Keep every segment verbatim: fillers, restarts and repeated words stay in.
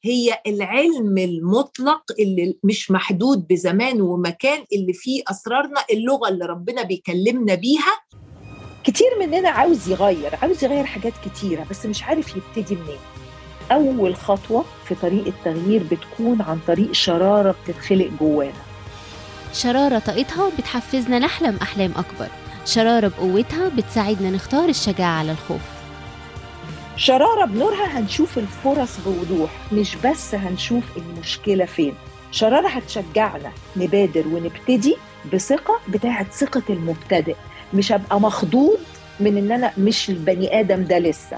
هي العلم المطلق اللي مش محدود بزمان ومكان، اللي فيه أسرارنا، اللغة اللي ربنا بيكلمنا بيها. كتير مننا عاوز يغير عاوز يغير حاجات كتيرة، بس مش عارف يبتدي منين. أول خطوة في طريق التغيير بتكون عن طريق شرارة بتتخلق جوانا. شرارة طاقتها بتحفزنا نحلم أحلام أكبر، شرارة بقوتها بتساعدنا نختار الشجاعة على الخوف. شرارة بنورها هنشوف الفرص بوضوح، مش بس هنشوف المشكلة فين. شرارة هتشجعنا نبادر ونبتدي بثقة، بتاعت ثقة المبتدئ، مش هبقى مخضوض من ان انا مش البني آدم ده لسه.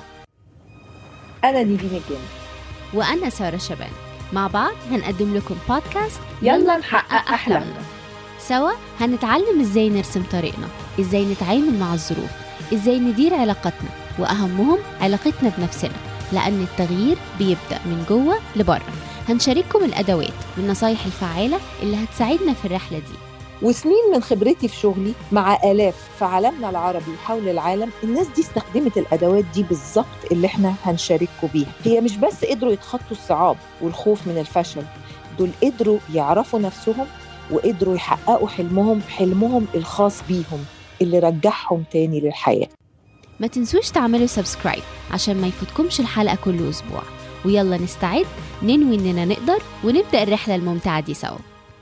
انا نيفين الجن وأنا سارة شبان، مع بعض هنقدم لكم بودكاست يلا نحقق أحلامنا. سوا هنتعلم ازاي نرسم طريقنا، ازاي نتعامل مع الظروف، ازاي ندير علاقاتنا، وأهمهم علاقتنا بنفسنا، لأن التغيير بيبدأ من جوه لبره. هنشارككم الأدوات والنصايح الفعالة اللي هتساعدنا في الرحلة دي. وسنين من خبرتي في شغلي مع آلاف في عالمنا العربي وحول العالم، الناس دي استخدمت الأدوات دي بالظبط اللي احنا هنشارككم بيها. هي مش بس قدروا يتخطوا الصعاب والخوف من الفشل، دول قدروا يعرفوا نفسهم وقدروا يحققوا حلمهم حلمهم الخاص بيهم اللي رجعهم تاني للحياة. ما تنسوش تعملوا سبسكرايب عشان ما يفوتكمش الحلقة كل أسبوع، ويلا نستعد ننوي إننا نقدر ونبدأ الرحلة الممتعة دي سوا.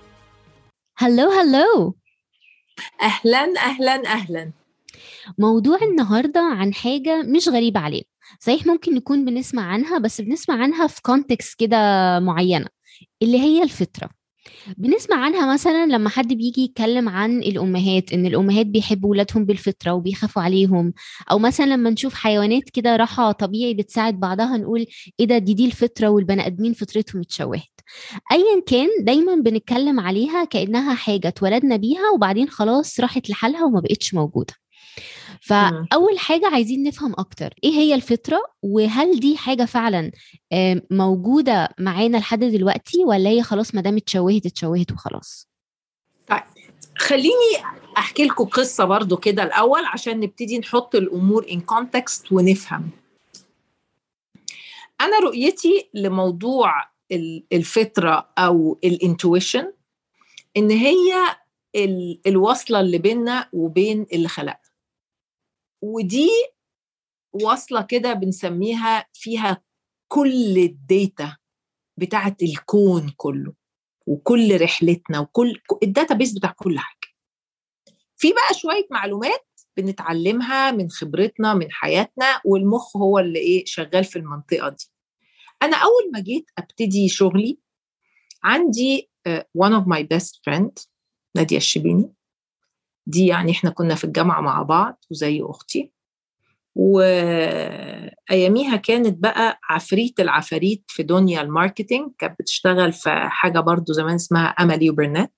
هلو هلو، أهلا أهلا أهلا. موضوع النهاردة عن حاجة مش غريبة علينا، صحيح ممكن نكون بنسمع عنها، بس بنسمع عنها في كونتكست كده معينة، اللي هي الفطرة. بنسمع عنها مثلا لما حد بيجي يتكلم عن الأمهات، إن الأمهات بيحبوا ولادهم بالفطرة وبيخافوا عليهم، أو مثلا لما نشوف حيوانات كده راحة طبيعي بتساعد بعضها، نقول إيه ده، دي دي الفطرة والبني آدمين فطرتهم اتشوهت. أيا كان، دايما بنتكلم عليها كأنها حاجة اتولدنا بيها وبعدين خلاص راحت لحالها وما بقتش موجودة. فأول حاجة عايزين نفهم أكتر إيه هي الفطرة، وهل دي حاجة فعلا موجودة معانا لحد دلوقتي، ولا هي خلاص مدام اتشوهت اتشوهت وخلاص؟ طيب خليني أحكي لكم قصة برضو كده الأول عشان نبتدي نحط الأمور in context ونفهم. أنا رؤيتي لموضوع الفطرة أو الانتويشن إن هي الوصلة اللي بيننا وبين اللي خلقنا، ودي وصلة كده بنسميها فيها كل الداتا بتاعت الكون كله وكل رحلتنا وكل الداتا بيس بتاع كل حاجة. في بقى شوية معلومات بنتعلمها من خبرتنا من حياتنا، والمخ هو اللي ايه شغال في المنطقة دي. أنا أول ما جيت أبتدي شغلي عندي uh, one of my best friend نادية الشبيني، دي يعني احنا كنا في الجامعة مع بعض وزي أختي، وأياميها كانت بقى عفريت العفاريت في دنيا الماركتينج، كانت بتشتغل في حاجة برضو زمان اسمها أمالي وبرنات،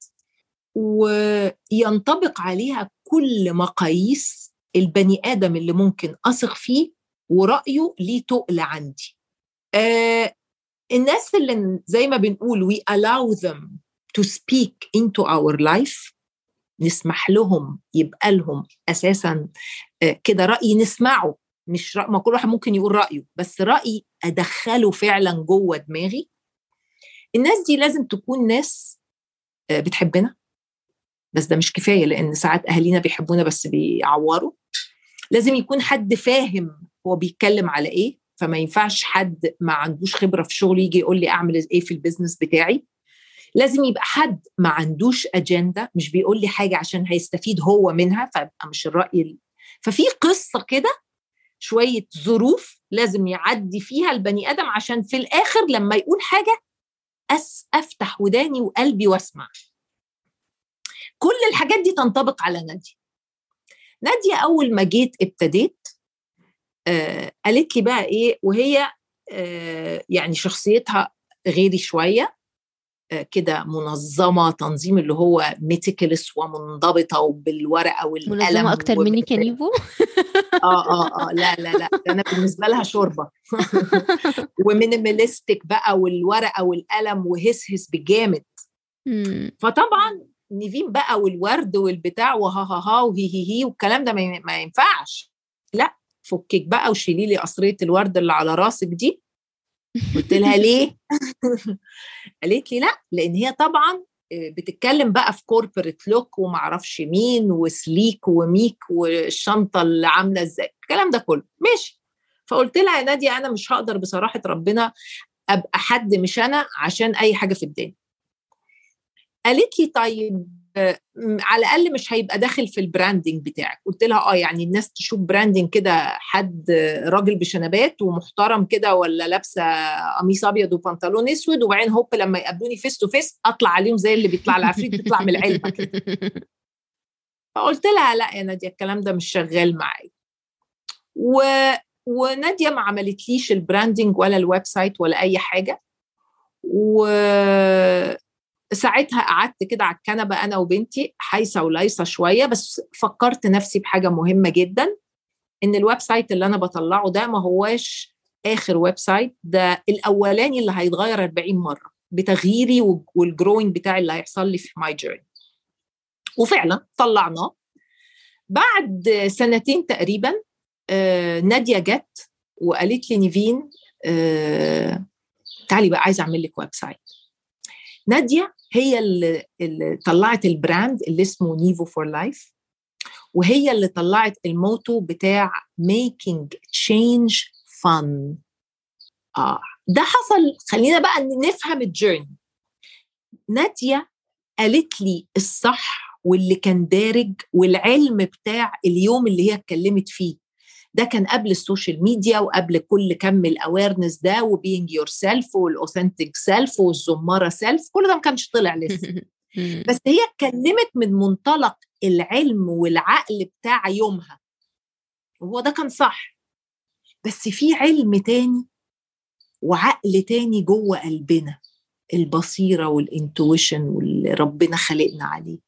وينطبق عليها كل مقاييس البني آدم اللي ممكن أثق فيه ورأيه ليه تقل عندي. آه الناس اللي زي ما بنقول we allow them to speak into our life، نسمح لهم يبقى لهم أساساً كده رأي نسمعه، مش رأي ما كل واحد ممكن يقول رأيه، بس رأي أدخله فعلا جوه دماغي. الناس دي لازم تكون ناس بتحبنا، بس ده مش كفاية لأن ساعات أهالينا بيحبونا بس بيعوروا. لازم يكون حد فاهم هو بيتكلم على إيه، فما ينفعش حد ما عندوش خبرة في شغل يجي يقول لي أعمل إيه في البيزنس بتاعي. لازم يبقى حد ما عندوش أجندة، مش بيقول لي حاجة عشان هيستفيد هو منها فيبقى مش الرأي ال... ففي قصة كده، شوية ظروف لازم يعدي فيها البني آدم عشان في الآخر لما يقول حاجة أس أفتح وداني وقلبي واسمع. كل الحاجات دي تنطبق على نادية. نادية أول ما جيت ابتديت آه قالت لي بقى إيه، وهي آه يعني شخصيتها غيري شوية كده، منظمة، تنظيم اللي هو ميتيكلس ومنضبطة وبالورقة والقلم. منظمة أكتر مني كنيفو. آه آه آه لا لا لا أنا بالنسبة لها شوربة. ومينيماليستيك بقى، والورقة والقلم وهسهس بجامد. فطبعا نيفين بقى والورد والبتاع وها ها ها وهي هي هي والكلام ده ما ينفعش. لا فكك بقى وشيلي لي قصرية الورد اللي على راسك دي. قلت لها ليه؟ قالت لي لا، لان هي طبعا بتتكلم بقى في كوربريت لوك ومعرفش مين وسليك وميك والشنطه اللي عامله ازاي، الكلام ده كله ماشي. فقلت لها يا نادية انا مش هقدر بصراحه ربنا ابقى حد مش انا عشان اي حاجه في الدنيا. قالت لي طيب على الاقل مش هيبقى داخل في البراندنج بتاعك. قلت لها اه يعني الناس تشوف براندنج كده حد راجل بشنبات ومحترم كده، ولا لابسه قميص ابيض وبنطلون اسود، وبعدين هوب لما يقابلوني فيس تو فيس اطلع عليهم زي اللي بيطلع العفريت بيطلع من العلبه كده. فقلت لها لا يا نادية الكلام ده مش شغال معايا. و... ونادية ما عملتليش البراندنج ولا الويب سايت ولا اي حاجه. و ساعتها قعدت كده على الكنبة أنا وبنتي حيسة وليسة شوية، بس فكرت نفسي بحاجة مهمة جدا، إن الويب سايت اللي أنا بطلعه ده ما هواش آخر ويب سايت، ده الأولاني اللي هيتغير أربعين مرة بتغييري والجروينج بتاعي اللي هيحصل لي في ماي جيرني. وفعلا طلعناه. بعد سنتين تقريبا آه نادية جت وقالت لي نيفين آه تعالي بقى عايزة أعمل لك ويب سايت. نادية هي اللي, اللي طلعت البراند اللي اسمه نيفو فور لايف، وهي اللي طلعت الموتو بتاع making change fun. آه ده حصل. خلينا بقى نفهم الجيرني. نادية قالت لي الصح واللي كان دارج والعلم بتاع اليوم اللي هي اتكلمت فيه. ده كان قبل السوشيال ميديا وقبل كل كم الاويرنس ده وبينج يور سيلف والاوثنتيك سيلف والزماره سيلف، كل ده ما كانش طلع لسه. بس هي اتكلمت من منطلق العلم والعقل بتاع يومها، وهو ده كان صح. بس في علم تاني وعقل تاني جوه قلبنا، البصيره والانتويشن واللي ربنا خلقنا عليه.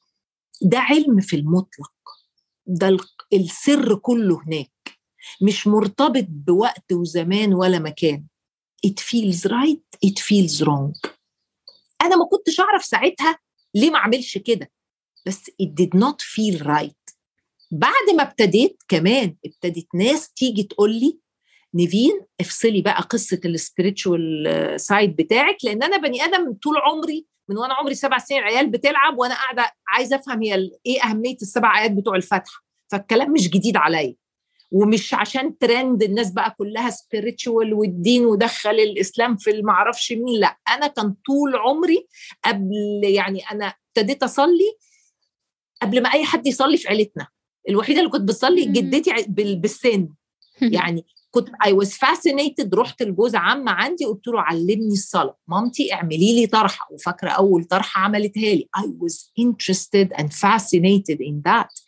ده علم في المطلق، ده السر كله هناك، مش مرتبط بوقت وزمان ولا مكان. it feels right it feels wrong. أنا ما كنتش أعرف ساعتها ليه ما عملش كده، بس it did not feel right. بعد ما ابتديت كمان ابتدت ناس تيجي تقول لي نيفين افصلي بقى قصة السبيريتشوال سايد بتاعك، لأن أنا بني آدم طول عمري من وأنا عمري سبع سنين عيال بتلعب وأنا قاعدة عايزة أفهم هي إيه أهمية السبع آيات بتوع الفاتحة، فالكلام مش جديد عليا. ومش عشان ترند الناس بقى كلها سبيريتشوال والدين ودخل الإسلام في المعرفش مين، لا أنا كان طول عمري قبل، يعني أنا ابتديت أصلي قبل ما أي حد يصلي في عيلتنا. الوحيدة اللي كنت بصلي جدتي بالسن، يعني كنت I was fascinated. رحت الجوز عم عندي قلت له علمني الصلاة، مامتي اعملي لي طرحة، وفاكرة أول طرحة عملتها لي I was interested and fascinated in that.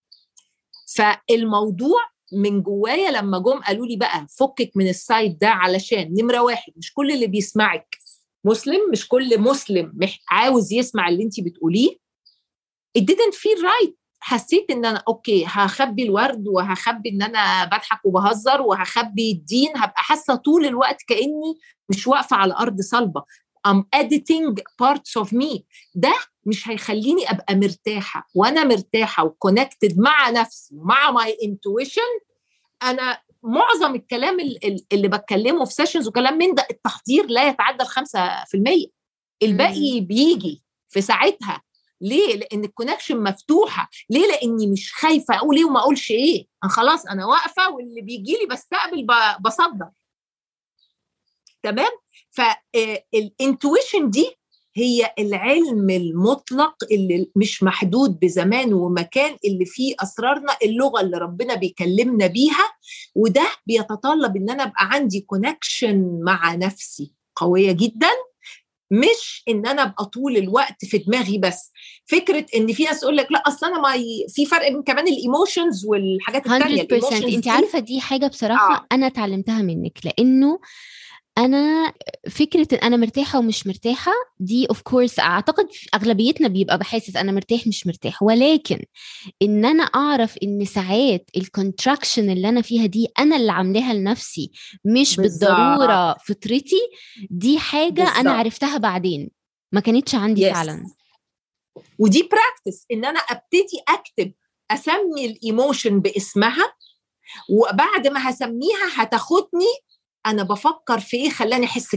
فالموضوع من جوايا لما جم قالوا لي بقى فكك من السايت ده، علشان نمرة واحد مش كل اللي بيسمعك مسلم، مش كل مسلم عاوز يسمع اللي انتي بتقوليه. it didn't feel right. حسيت ان انا اوكي هخبي الورد وهخبي ان انا بضحك وبهزر وهخبي الدين، هبقى حاسة طول الوقت كأني مش واقفة على أرض صلبة. I'm editing parts of me. ده مش هيخليني أبقى مرتاحة، وأنا مرتاحة وكونكتد مع نفسي ومع my intuition. أنا معظم الكلام اللي بتكلمه في سيشنز وكلام من ده التحضير لا يتعدى الخمسة في المية، الباقي بيجي في ساعتها. ليه؟ لأن الكونكشن مفتوحة. ليه؟ لأني مش خايفة أقول إيه وما أقولش إيه. أنا خلاص أنا واقفة واللي بيجي لي بستقبل بصدر. تمام؟ فالانتويشن دي هي العلم المطلق اللي مش محدود بزمان ومكان، اللي فيه أسرارنا، اللغة اللي ربنا بيكلمنا بيها. وده بيتطلب إن أنا أبقى عندي كونكشن مع نفسي قوية جدا، مش ان انا ابقى طول الوقت في دماغي بس. فكره ان في ناس تقول لك لا اصل انا ما ي... في فرق بين كمان الايموشنز والحاجات الثانيه. الايموشنز انت عارفه دي حاجه بصراحه آه. انا اتعلمتها منك، لانه انا فكره ان انا مرتاحه ومش مرتاحه دي اوف كورس اعتقد اغلبيتنا بيبقى بحاسس انا مرتاح مش مرتاح، ولكن ان انا اعرف ان ساعات الكونتراكشن اللي انا فيها دي انا اللي عاملاها لنفسي مش بالزبط. بالضروره فطرتي، دي حاجه بالزبط. انا عرفتها بعدين ما كانتش عندي yes. فعلا. ودي براكتس ان انا ابتدي اكتب، اسمي الايموشن باسمها، وبعد ما هسميها هتاخدني انا بفكر في ايه خلاني احس كده،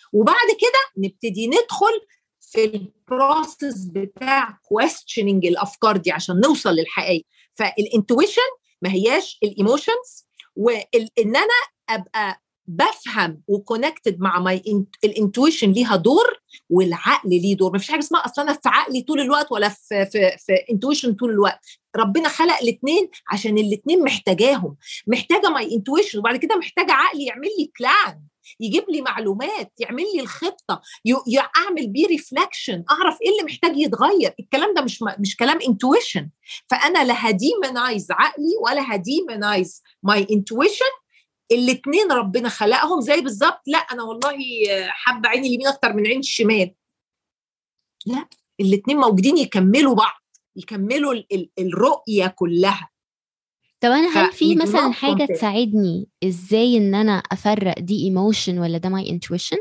وبعد كده نبتدي ندخل في البروسيس بتاع questioning الافكار دي عشان نوصل للحقيقه. فالانتويشن ما هياش الايموشنز، وان انا ابقى بفهم وكونكتد مع ماي الانتويشن ليها دور والعقل ليه دور. ما فيش حاجه اسمها اصلا انا في عقلي طول الوقت ولا في في في انتويشن طول الوقت. ربنا خلق الاثنين عشان الاثنين محتاجاهم. محتاجه ماي انتويشن وبعد كده محتاجه عقلي يعمل لي بلان، يجيب لي معلومات، يعمل لي الخطه، اعمل بيه ريفلكشن، اعرف ايه اللي محتاج يتغير. الكلام ده مش مش كلام انتويشن. فانا لا هديمنايز عقلي ولا هديمنايز ماي انتويشن. الاثنين ربنا خلقهم زي بالظبط. لا انا والله حابه عيني اليمين اكتر من عين الشمال، لا، الاثنين موجودين يكملوا بعض، يكملوا ال- ال- الرؤيه كلها. طب انا هل في ف- مثلا not حاجه compare. تساعدني ازاي ان انا افرق دي ايموشن ولا ده ماي انتويشن؟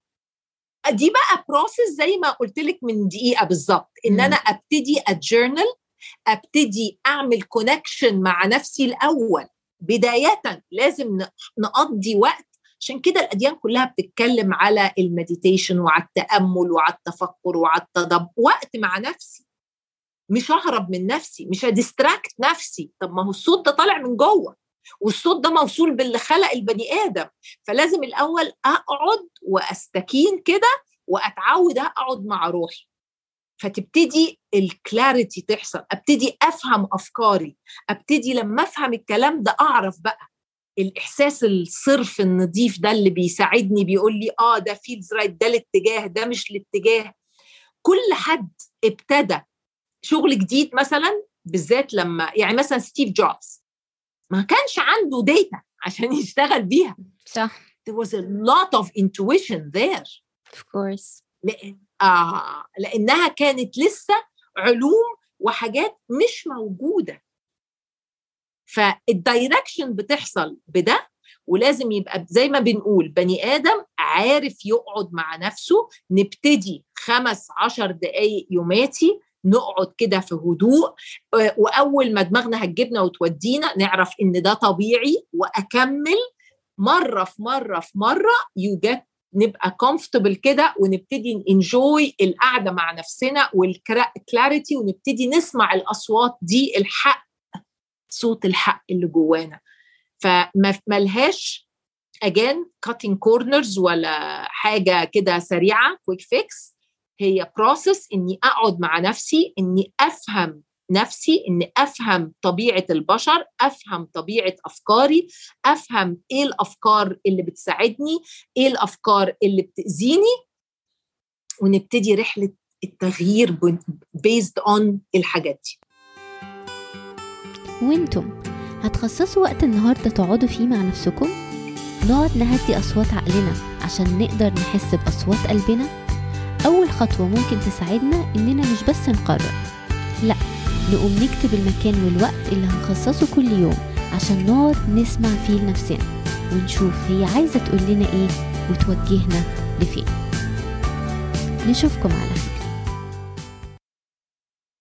دي بقى بروسيس زي ما قلت لك من دقيقه بالظبط، ان مم. انا ابتدي اتجورنال، ابتدي اعمل كونكشن مع نفسي الاول. بدايه لازم ن- نقضي وقت. عشان كده الاديان كلها بتتكلم على المديتيشن وعلى التامل وعلى التفكر وعلى التدبر. وقت مع نفسي، مش اهرب من نفسي، مش هديستراكت نفسي. طب ما هو الصوت ده طالع من جوه، والصوت ده موصول باللي خلق البني ادم. فلازم الاول اقعد واستكين كده واتعود اقعد مع روحي، فتبتدي الكلاريتي تحصل، ابتدي افهم افكاري، ابتدي لما افهم الكلام ده اعرف بقى الاحساس الصرف النظيف ده اللي بيساعدني، بيقول لي اه ده فيلز رايت، ده الاتجاه، ده مش الاتجاه. كل حد ابتدى شغل جديد مثلا، بالذات لما يعني مثلا ستيف جوبز ما كانش عنده داتا عشان يشتغل بيها. صح. there was a lot of intuition there. of course. لأن آه لأنها كانت لسه علوم وحاجات مش موجودة. فالدايركشن بتحصل بده، ولازم يبقى زي ما بنقول بني آدم عارف يقعد مع نفسه. نبتدي خمس عشر دقايق يوماتي، نقعد كده في هدوء، وأول ما دماغنا هتجيبنا وتودينا نعرف إن ده طبيعي، وأكمل مرة في مرة في مرة يوجد نبقى comfortable كده، ونبتدي انجوي القعدة مع نفسنا والكلاريتي، ونبتدي نسمع الأصوات دي، الحق، صوت الحق اللي جوانا. فما ملهاش again cutting corners ولا حاجة كده سريعة quick fix. هي process إني أقعد مع نفسي، إني أفهم نفسي، إني أفهم طبيعة البشر، أفهم طبيعة أفكاري، أفهم إيه الأفكار اللي بتساعدني، إيه الأفكار اللي بتأذيني، ونبتدي رحلة التغيير based on الحاجات دي. وانتم هتخصصوا وقت النهاردة تقعدوا فيه مع نفسكم، نقعد نهدي أصوات عقلنا عشان نقدر نحس بأصوات قلبنا. أول خطوة ممكن تساعدنا إننا مش بس نقرر، لأ، نقوم نكتب المكان والوقت اللي هنخصصه كل يوم عشان نقعد نسمع فيه لنفسنا ونشوف هي عايزة تقول لنا إيه وتوجهنا لفين. نشوفكم على خير.